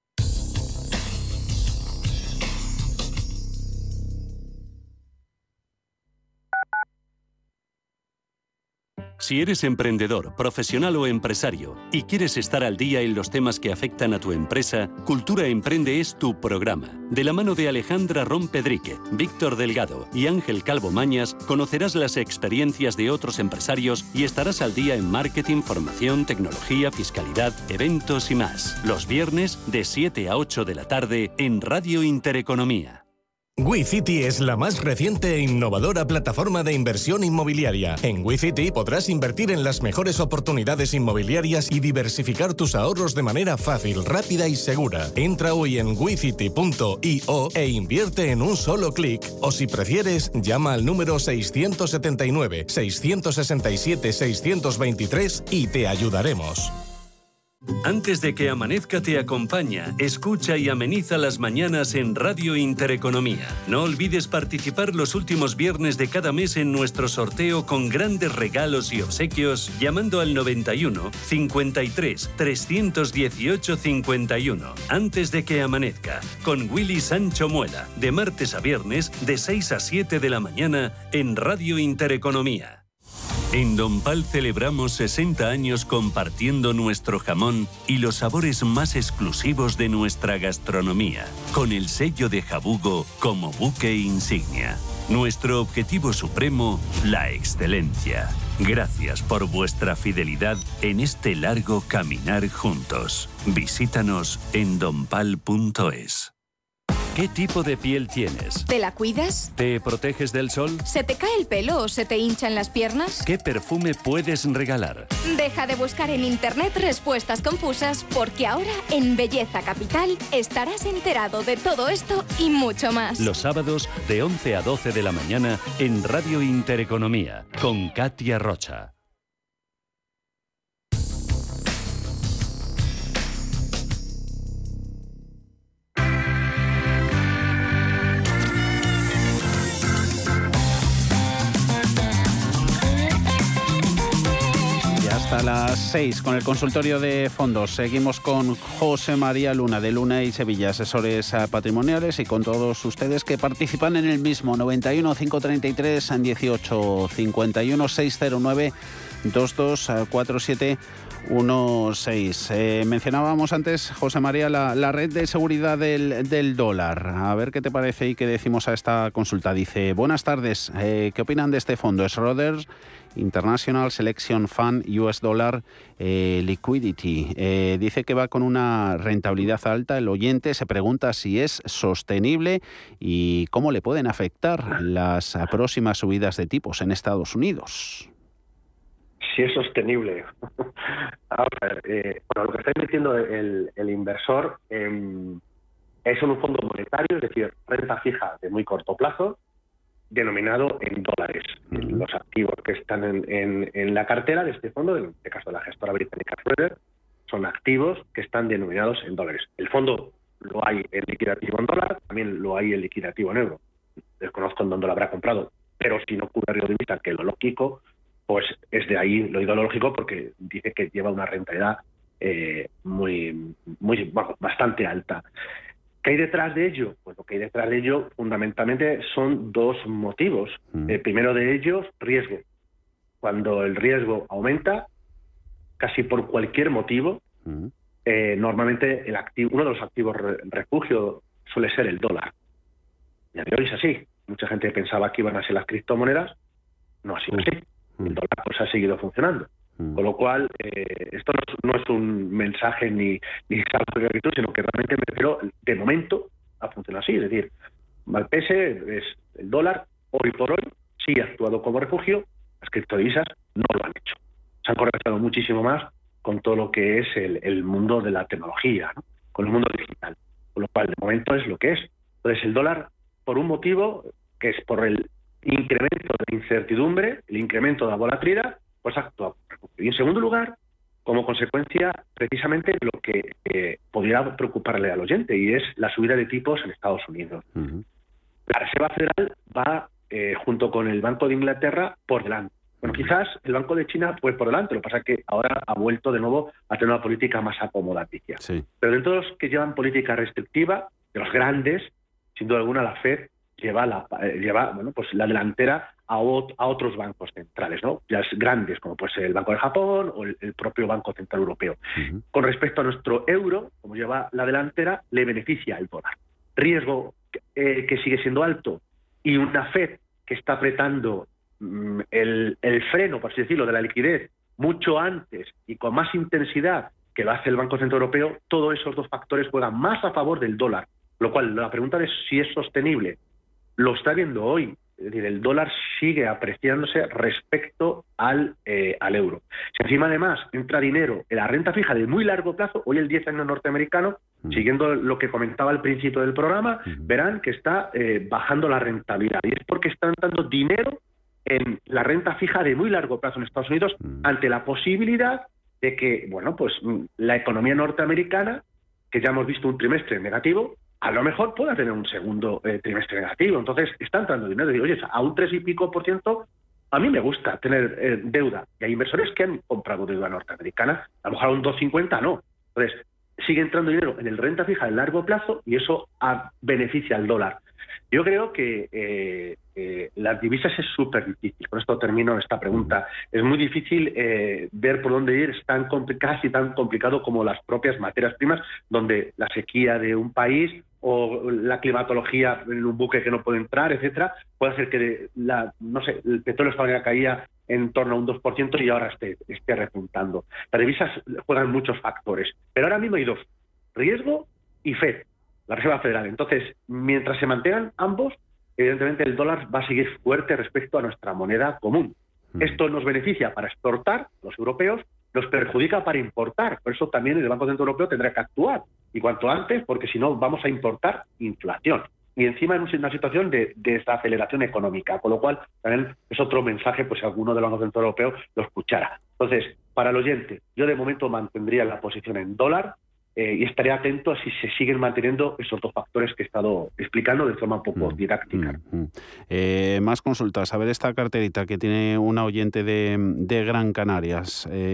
Si eres emprendedor, profesional o empresario y quieres estar al día en los temas que afectan a tu empresa, Cultura Emprende es tu programa. De la mano de Alejandra Rompedrique, Víctor Delgado y Ángel Calvo Mañas, conocerás las experiencias de otros empresarios y estarás al día en marketing, formación, tecnología, fiscalidad, eventos y más. Los viernes de 7 a 8 de la tarde en Radio Intereconomía. WeCity es la más reciente e innovadora plataforma de inversión inmobiliaria. En WeCity podrás invertir en las mejores oportunidades inmobiliarias y diversificar tus ahorros de manera fácil, rápida y segura. Entra hoy en wecity.io e invierte en un solo clic. O si prefieres, llama al número 679-667-623 y te ayudaremos. Antes de que amanezca te acompaña, escucha y ameniza las mañanas en Radio Intereconomía. No olvides participar los últimos viernes de cada mes en nuestro sorteo con grandes regalos y obsequios llamando al 91 53 318 51. Antes de que amanezca, con Willy Sancho Muela, de martes a viernes de 6 a 7 de la mañana en Radio Intereconomía. En Donpal celebramos 60 años compartiendo nuestro jamón y los sabores más exclusivos de nuestra gastronomía, con el sello de Jabugo como buque insignia. Nuestro objetivo supremo, la excelencia. Gracias por vuestra fidelidad en este largo caminar juntos. Visítanos en donpal.es. ¿Qué tipo de piel tienes? ¿Te la cuidas? ¿Te proteges del sol? ¿Se te cae el pelo o se te hinchan las piernas? ¿Qué perfume puedes regalar? Deja de buscar en internet respuestas confusas, porque ahora en Belleza Capital estarás enterado de todo esto y mucho más. Los sábados de 11 a 12 de la mañana en Radio Intereconomía con Katia Rocha. Hasta las 6 con el consultorio de fondos. Seguimos con José María Luna de Luna y Sevilla, asesores patrimoniales, y con todos ustedes que participan en el mismo. 91 533 18 51 609 2247 16. Mencionábamos antes, José María, la red de seguridad del dólar. A ver qué te parece y qué decimos a esta consulta. Dice, buenas tardes, ¿qué opinan de este fondo? Schroders International Selection Fund US Dollar Liquidity. Dice que va con una rentabilidad alta. El oyente se pregunta si es sostenible y cómo le pueden afectar las próximas subidas de tipos en Estados Unidos. Si es sostenible. A ver, lo que está diciendo el inversor es un fondo monetario, es decir, renta fija de muy corto plazo, denominado en dólares. Los activos que están en la cartera de este fondo, en este caso de la gestora británica Schroders, son activos que están denominados en dólares. El fondo lo hay en liquidativo en dólar, también lo hay en liquidativo en euro. Desconozco en dónde lo habrá comprado, pero si no cubre riesgo de divisa, que lo lógico, pues es de ahí lo ideológico, porque dice que lleva una rentabilidad bastante alta. ¿Qué hay detrás de ello? Pues lo que hay detrás de ello fundamentalmente son dos motivos. El primero de ellos, riesgo. Cuando el riesgo aumenta, casi por cualquier motivo, normalmente uno de los activos refugio suele ser el dólar. Y a día de hoy es así. Mucha gente pensaba que iban a ser las criptomonedas, no ha sido así. El dólar pues ha seguido funcionando. Con lo cual, esto no es un mensaje ni algo de gratitud, sino que realmente me refiero, de momento, a funcionar así. Es decir, Malpese es el dólar, hoy por hoy, sí ha actuado como refugio, las criptodivisas no lo han hecho. Se han correlacionado muchísimo más con todo lo que es el mundo de la tecnología, ¿no? Con el mundo digital. Con lo cual, de momento, es lo que es. Entonces, el dólar, por un motivo, que es por el incremento de incertidumbre, el incremento de la volatilidad, pues actúa. Y en segundo lugar, como consecuencia, precisamente lo que podría preocuparle al oyente, y es la subida de tipos en Estados Unidos. La Reserva Federal va, junto con el Banco de Inglaterra, por delante. Bueno, quizás el Banco de China fue por delante, lo que pasa es que ahora ha vuelto de nuevo a tener una política más acomodaticia. Sí. Pero de todos los que llevan política restrictiva, de los grandes, sin duda alguna la FED lleva la delantera a otros bancos centrales, ¿no? Ya grandes, como pues el Banco de Japón o el propio Banco Central Europeo. Con respecto a nuestro euro, como lleva la delantera, le beneficia el dólar. Riesgo que sigue siendo alto, y una FED que está apretando el freno, por así decirlo, de la liquidez mucho antes y con más intensidad que lo hace el Banco Central Europeo, todos esos dos factores juegan más a favor del dólar. Lo cual, la pregunta de si es sostenible, lo está viendo hoy. Es decir, el dólar sigue apreciándose respecto al euro. Si encima además entra dinero en la renta fija de muy largo plazo, hoy el 10 años norteamericano, siguiendo lo que comentaba al principio del programa, verán que está bajando la rentabilidad. Y es porque está entrando dinero en la renta fija de muy largo plazo en Estados Unidos, ante la posibilidad de que, la economía norteamericana, que ya hemos visto un trimestre negativo, a lo mejor pueda tener un segundo trimestre negativo. Entonces, está entrando dinero. Y digo, oye, a un 3 y pico %, a mí me gusta tener deuda. Y hay inversores que han comprado deuda norteamericana, a lo mejor a un 2,50 no. Entonces, sigue entrando dinero en el renta fija de largo plazo y eso beneficia al dólar. Yo creo que las divisas es súper difícil. Con esto termino esta pregunta. Es muy difícil ver por dónde ir. Es casi tan complicado como las propias materias primas, donde la sequía de un país o la climatología en un buque que no puede entrar, etcétera, puede hacer que el petróleo esta mañana caía en torno a un 2% y ahora esté repuntando. Las divisas juegan muchos factores, pero ahora mismo hay dos: riesgo y FED, la Reserva Federal. Entonces, mientras se mantengan ambos, evidentemente el dólar va a seguir fuerte respecto a nuestra moneda común. Esto nos beneficia para exportar, los europeos, nos perjudica para importar. Por eso también el Banco Central Europeo tendrá que actuar, y cuanto antes, porque si no vamos a importar inflación. Y encima en una situación de desaceleración económica, con lo cual también es otro mensaje, pues si alguno del Banco Central Europeo lo escuchara. Entonces, para el oyente, yo de momento mantendría la posición en dólar, y estaré atento a si se siguen manteniendo esos dos factores que he estado explicando de forma un poco didáctica. Más consultas. A ver, esta carterita que tiene una oyente de Gran Canaria.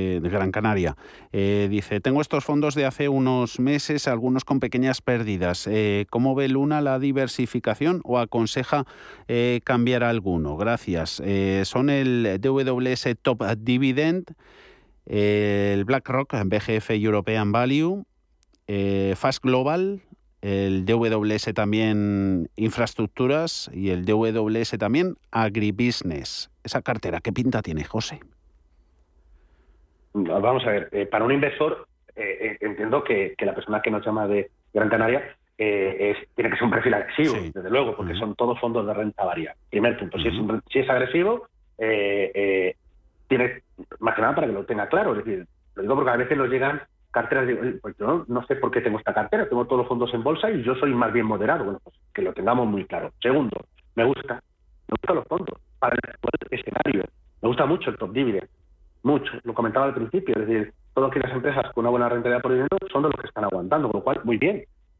Dice, tengo estos fondos de hace unos meses, algunos con pequeñas pérdidas. ¿Cómo ve Luna la diversificación o aconseja cambiar alguno? Gracias. Son el DWS Top Dividend, el BlackRock BGF European Value, Fast Global, el DWS también Infraestructuras y el DWS también Agribusiness. Esa cartera, ¿qué pinta tiene, José? Vamos a ver, para un inversor, entiendo que la persona que nos llama de Gran Canaria tiene que ser un perfil agresivo, sí, desde luego, porque son todos fondos de renta variable. Primer punto, si es agresivo, tiene más que nada para que lo tenga claro. Es decir, lo digo porque a veces nos llegan carteras de, pues yo no sé por qué tengo esta cartera, tengo todos los fondos en bolsa y yo soy más bien moderado. Bueno, pues que lo tengamos muy claro. Segundo, me gustan los fondos para el actual escenario. Me gusta mucho el Top Dividend, mucho. Lo comentaba al principio, es decir, todo aquellas empresas con una buena rentabilidad por dividendo son de los que están aguantando, con lo cual, muy bien.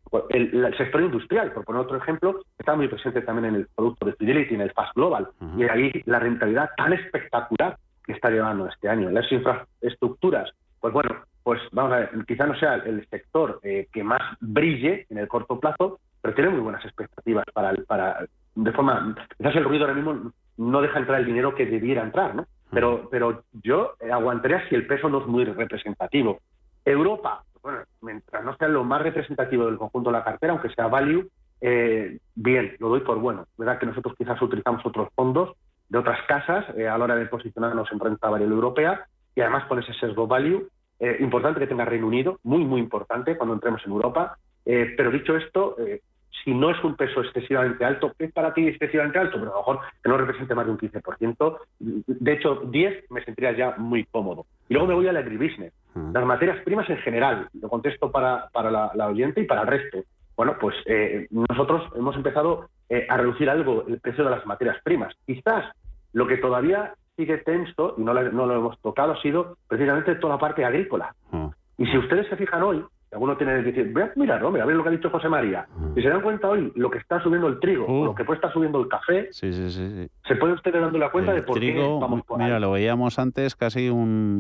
el sector industrial, por poner otro ejemplo, está muy presente también en el producto de Fidelity, en el Fast Global, y ahí la rentabilidad tan espectacular que está llevando este año. Las infraestructuras, pues bueno, pues vamos a ver, quizá no sea el sector que más brille en el corto plazo, pero tiene muy buenas expectativas para de forma, quizás el ruido ahora mismo no deja entrar el dinero que debiera entrar, ¿no? Pero yo aguantaría si el peso no es muy representativo. Europa, bueno, mientras no sea lo más representativo del conjunto de la cartera, aunque sea value, bien, lo doy por bueno. Verdad que nosotros quizás utilizamos otros fondos de otras casas a la hora de posicionarnos en renta variable europea, y además con ese sesgo value, importante que tenga Reino Unido, muy, muy importante cuando entremos en Europa. Pero dicho esto, si no es un peso excesivamente alto, ¿qué es para ti excesivamente alto? Pero a lo mejor que no represente más de un 15%. De hecho, 10 me sentiría ya muy cómodo. Y luego me voy al agribusiness. Las materias primas en general, lo contesto para la oyente y para el resto. Bueno, pues nosotros hemos empezado a reducir algo el precio de las materias primas. Quizás lo que todavía sigue tenso, y no lo hemos tocado, ha sido precisamente toda la parte agrícola. Y si ustedes se fijan hoy, alguno tiene que decir, voy a mirar, hombre, a ver lo que ha dicho José María. Si se dan cuenta hoy lo que está subiendo el trigo, o lo que puede estar subiendo el café, sí. se puede ustedes dando la cuenta el de por trigo, qué vamos por ahí. Mira, lo veíamos antes casi un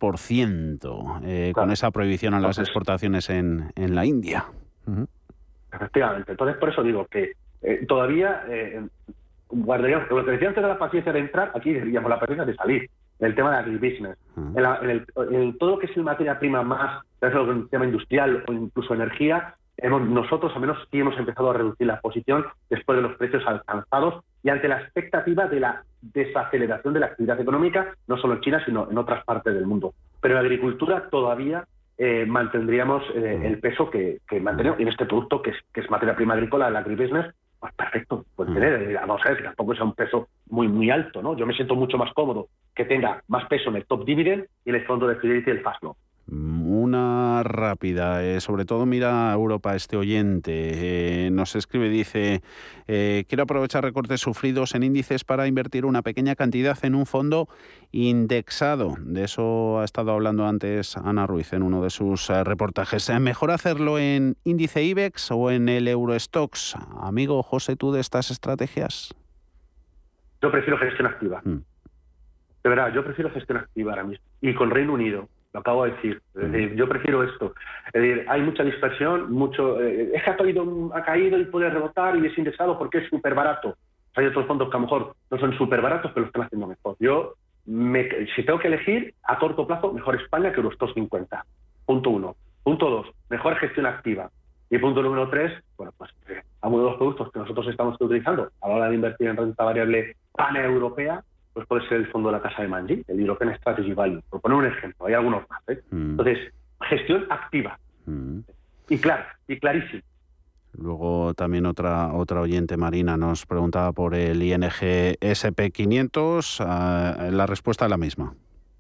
6%, claro, con esa prohibición a las exportaciones en la India. Efectivamente. Entonces, por eso digo que todavía guardaríamos, lo que decía antes de la paciencia de entrar, aquí diríamos la paciencia de salir. El tema de agribusiness. En todo lo que es el materia prima más, el tema industrial o incluso energía, nosotros al menos sí hemos empezado a reducir la posición después de los precios alcanzados y ante la expectativa de la desaceleración de la actividad económica, no solo en China, sino en otras partes del mundo. Pero en agricultura todavía mantendríamos el peso que mantenemos. Y en este producto, que es materia prima agrícola, el agribusiness, pues perfecto, puede tener, vamos a ver, que tampoco sea un peso muy, muy alto, ¿no? Yo me siento mucho más cómodo que tenga más peso en el top dividend y en el fondo de Fidelity y el Fast Global. Una rápida, sobre todo mira a Europa este oyente, nos escribe, dice, quiero aprovechar recortes sufridos en índices para invertir una pequeña cantidad en un fondo indexado. De eso ha estado hablando antes Ana Ruiz en uno de sus reportajes. ¿Mejor hacerlo en índice IBEX o en el Eurostoxx? Amigo José, ¿tú de estas estrategias? Yo prefiero gestión activa. De verdad, yo prefiero gestión activa ahora mismo. Y con Reino Unido. Lo acabo de decir. Es decir, yo prefiero esto. Es decir, hay mucha dispersión, es que ha caído y puede rebotar y es indexado porque es súper barato. Hay otros fondos que a lo mejor no son súper baratos, pero lo están haciendo mejor. Si tengo que elegir, a corto plazo, mejor España que Eurostoxx 50. Punto 1. Punto 2, mejor gestión activa. Y punto número 3, bueno, pues algunos de los productos que nosotros estamos utilizando a la hora de invertir en renta variable paneuropea, pues puede ser el fondo de la casa de Manji, el European Strategy Value, por poner un ejemplo, hay algunos más. Entonces, gestión activa. Y claro, y clarísimo. Luego también otra oyente, Marina, nos preguntaba por el ING SP500, la respuesta es la misma.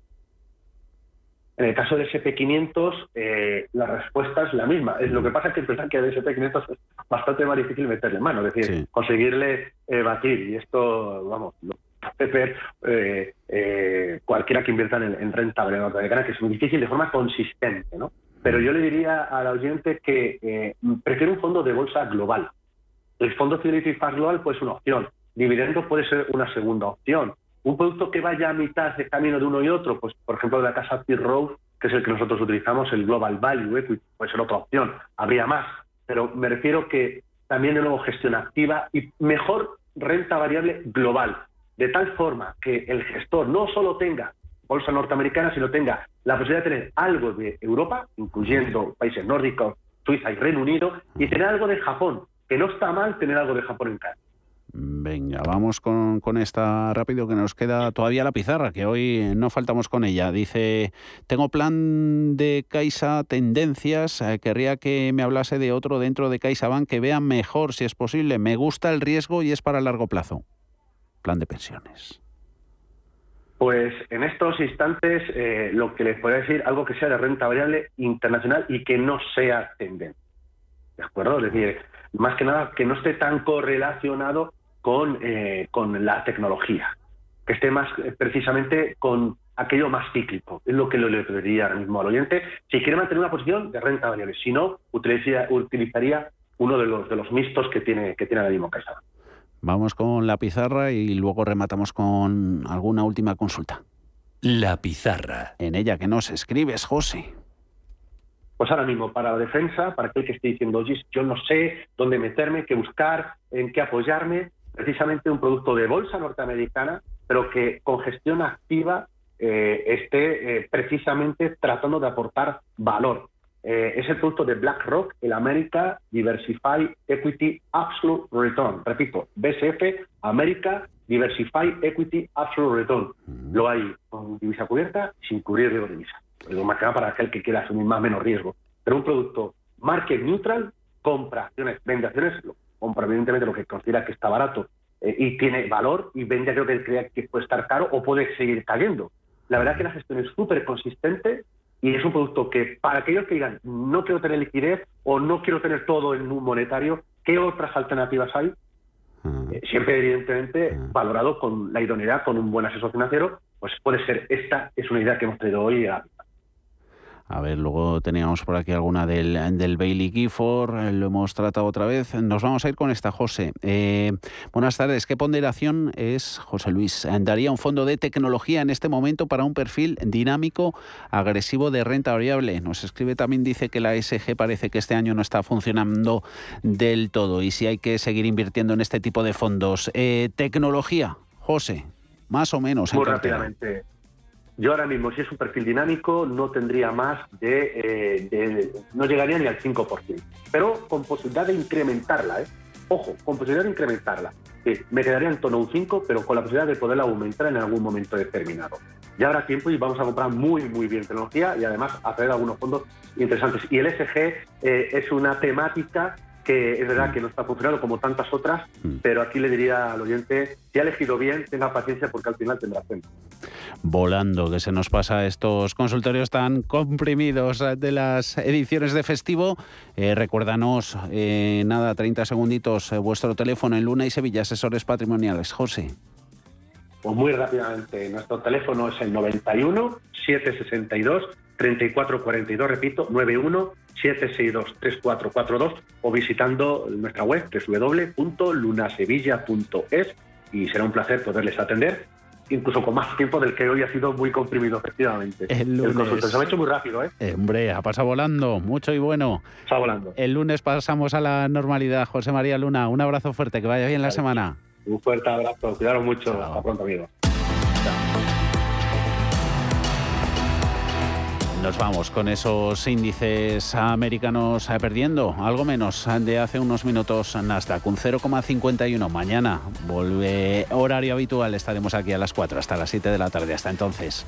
En el caso del SP500, la respuesta es la misma. Lo que pasa es que pensar que el SP500 es bastante más difícil meterle mano, es decir, conseguirle batir, y esto, vamos, ver cualquiera que invierta en renta variable norteamericana, que es muy difícil de forma consistente, ¿no? Pero yo le diría al oyente que prefiere un fondo de bolsa global. El fondo Fidelity Fast Global puede ser una opción. Dividendo puede ser una segunda opción. Un producto que vaya a mitad de camino de uno y otro, pues por ejemplo de la casa T. Rowe, que es el que nosotros utilizamos, el Global Value Equity, puede ser otra opción. Habría más, pero me refiero que también de nuevo gestión activa y mejor renta variable global. De tal forma que el gestor no solo tenga bolsa norteamericana, sino tenga la posibilidad de tener algo de Europa, incluyendo países nórdicos, Suiza y Reino Unido, y tener algo de Japón, que no está mal tener algo de Japón en casa. Venga, vamos con esta rápido, que nos queda todavía la pizarra, que hoy no faltamos con ella. Dice, tengo plan de Caixa Tendencias, querría que me hablase de otro dentro de CaixaBank que vea mejor, si es posible. Me gusta el riesgo y es para largo plazo. Plan de pensiones. Pues en estos instantes lo que les podría decir, algo que sea de renta variable internacional y que no sea tendencia. ¿De acuerdo? Es decir, más que nada que no esté tan correlacionado con la tecnología, que esté más precisamente con aquello más cíclico. Es lo que le pediría ahora mismo al oyente. Si quiere mantener una posición de renta variable, si no, utilizaría uno de los mixtos que tiene ahora mismo CaixaBank. Vamos con la pizarra y luego rematamos con alguna última consulta. La pizarra. En ella que nos escribes, José. Pues ahora mismo, para la defensa, para aquel que esté diciendo, oye, yo no sé dónde meterme, qué buscar, en qué apoyarme, precisamente un producto de bolsa norteamericana, pero que con gestión activa esté precisamente tratando de aportar valor. Es el producto de BlackRock, el America Diversified Equity Absolute Return. Repito, BSF, America Diversified Equity Absolute Return. Lo hay con divisa cubierta, sin cubrir riesgo de divisa. Lo más que nada para aquel que quiera asumir más o menos riesgo. Pero un producto market neutral, compra acciones, vende acciones, compra evidentemente lo que considera que está barato y tiene valor, y vende aquello que crea que puede estar caro o puede seguir cayendo. La verdad es que la gestión es súper consistente y es un producto que, para aquellos que digan no quiero tener liquidez o no quiero tener todo en un monetario, ¿qué otras alternativas hay? Siempre, evidentemente, valorado con la idoneidad, con un buen asesor financiero, pues puede ser. Esta es una idea que hemos traído hoy A ver, luego teníamos por aquí alguna del Bailey Gifford, lo hemos tratado otra vez. Nos vamos a ir con esta, José. Buenas tardes. ¿Qué ponderación es, José Luis, daría un fondo de tecnología en este momento para un perfil dinámico, agresivo de renta variable? Nos escribe también, dice que la ESG parece que este año no está funcionando del todo y si hay que seguir invirtiendo en este tipo de fondos. Tecnología, José, más o menos. Muy rápidamente. Yo ahora mismo, si es un perfil dinámico, no tendría más no llegaría ni al 5%, pero con posibilidad de incrementarla, Ojo, con posibilidad de incrementarla. Sí, me quedaría en torno a un 5, pero con la posibilidad de poderla aumentar en algún momento determinado. Ya habrá tiempo y vamos a comprar muy bien tecnología y además a traer algunos fondos interesantes. Y el ESG es una temática que es verdad que no está funcionando como tantas otras, pero aquí le diría al oyente, si ha elegido bien, tenga paciencia porque al final tendrá tiempo. Volando, que se nos pasa estos consultorios tan comprimidos de las ediciones de festivo. Recuérdanos, 30 segunditos, vuestro teléfono en Luna y Sevilla, asesores patrimoniales. José. Pues muy rápidamente, nuestro teléfono es el 91 762 3442, repito, 91 762 3442, o visitando nuestra web www.lunasevilla.es, y será un placer poderles atender, incluso con más tiempo del que hoy ha sido muy comprimido, efectivamente. El consultorio se ha hecho muy rápido, Hombre, ha pasado volando, mucho y bueno. Está volando. El lunes pasamos a la normalidad. José María Luna, un abrazo fuerte, que vaya bien la semana. Un fuerte abrazo, cuidaros mucho. Chao. Hasta pronto, amigo. Nos vamos con esos índices americanos perdiendo, algo menos de hace unos minutos. Nasdaq un 0,51. Mañana vuelve horario habitual, estaremos aquí a las 4 hasta las 7 de la tarde. Hasta entonces.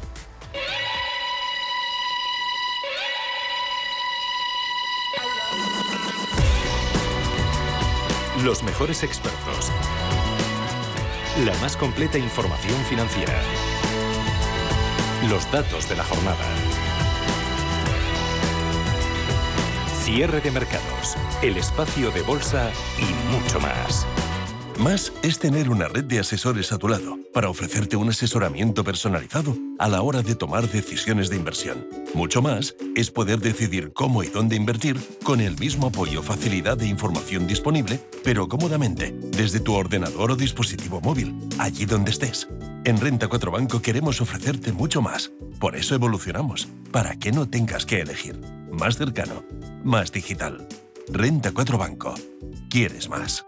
Los mejores expertos. La más completa información financiera. Los datos de la jornada. Cierre de mercados, el espacio de bolsa y mucho más. Más es tener una red de asesores a tu lado para ofrecerte un asesoramiento personalizado a la hora de tomar decisiones de inversión. Mucho más es poder decidir cómo y dónde invertir con el mismo apoyo, facilidad e información disponible, pero cómodamente, desde tu ordenador o dispositivo móvil, allí donde estés. En Renta 4 Banco queremos ofrecerte mucho más. Por eso evolucionamos, para que no tengas que elegir. Más cercano, más digital. Renta 4 Banco. ¿Quieres más?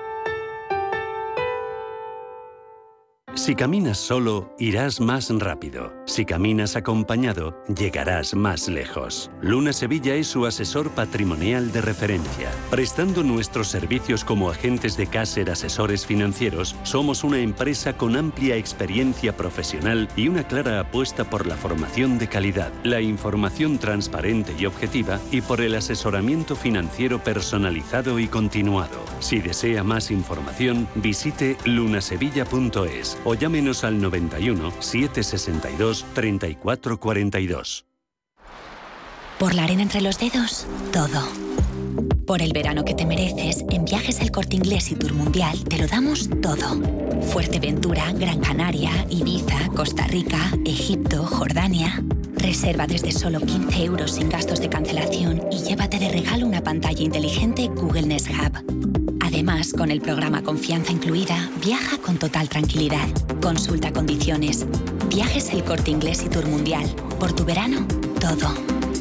Si caminas solo, irás más rápido. Si caminas acompañado, llegarás más lejos. Luna Sevilla es su asesor patrimonial de referencia. Prestando nuestros servicios como agentes de Caser Asesores Financieros, somos una empresa con amplia experiencia profesional y una clara apuesta por la formación de calidad, la información transparente y objetiva y por el asesoramiento financiero personalizado y continuado. Si desea más información, visite lunasevilla.es o llámenos al 91 762 3442. Por la arena entre los dedos, todo. Por el verano que te mereces, en Viajes El Corte Inglés y Tour Mundial te lo damos todo. Fuerteventura, Gran Canaria, Ibiza, Costa Rica, Egipto, Jordania. Reserva desde solo 15 euros sin gastos de cancelación y llévate de regalo una pantalla inteligente Google Nest Hub. Además, con el programa Confianza incluida, viaja con total tranquilidad. Consulta condiciones. Viajes El Corte Inglés y Tour Mundial. Por tu verano, todo.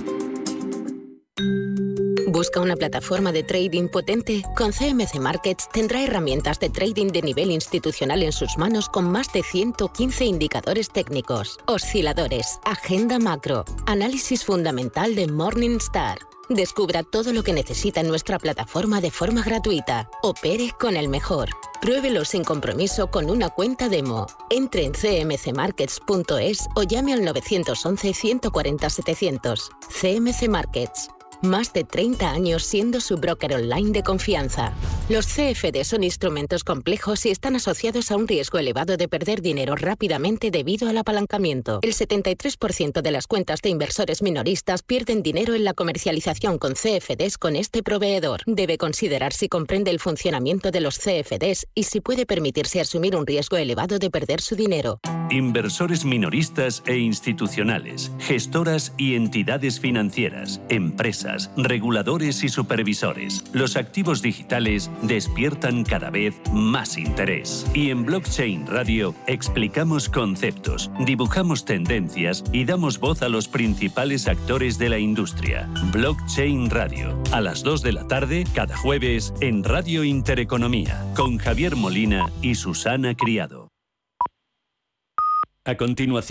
¿Busca una plataforma de trading potente? Con CMC Markets tendrá herramientas de trading de nivel institucional en sus manos con más de 115 indicadores técnicos, osciladores, agenda macro, análisis fundamental de Morningstar. Descubra todo lo que necesita en nuestra plataforma de forma gratuita. Opere con el mejor. Pruébelo sin compromiso con una cuenta demo. Entre en cmcmarkets.es o llame al 911 140 700. CMC Markets. Más de 30 años siendo su broker online de confianza. Los CFD son instrumentos complejos y están asociados a un riesgo elevado de perder dinero rápidamente debido al apalancamiento. El 73% de las cuentas de inversores minoristas pierden dinero en la comercialización con CFDs con este proveedor. Debe considerar si comprende el funcionamiento de los CFDs y si puede permitirse asumir un riesgo elevado de perder su dinero. Inversores minoristas e institucionales, gestoras y entidades financieras, empresas, reguladores y supervisores. Los activos digitales despiertan cada vez más interés. Y en Blockchain Radio explicamos conceptos, dibujamos tendencias y damos voz a los principales actores de la industria. Blockchain Radio, a las 2 de la tarde, cada jueves, en Radio Intereconomía, con Javier Molina y Susana Criado. A continuación,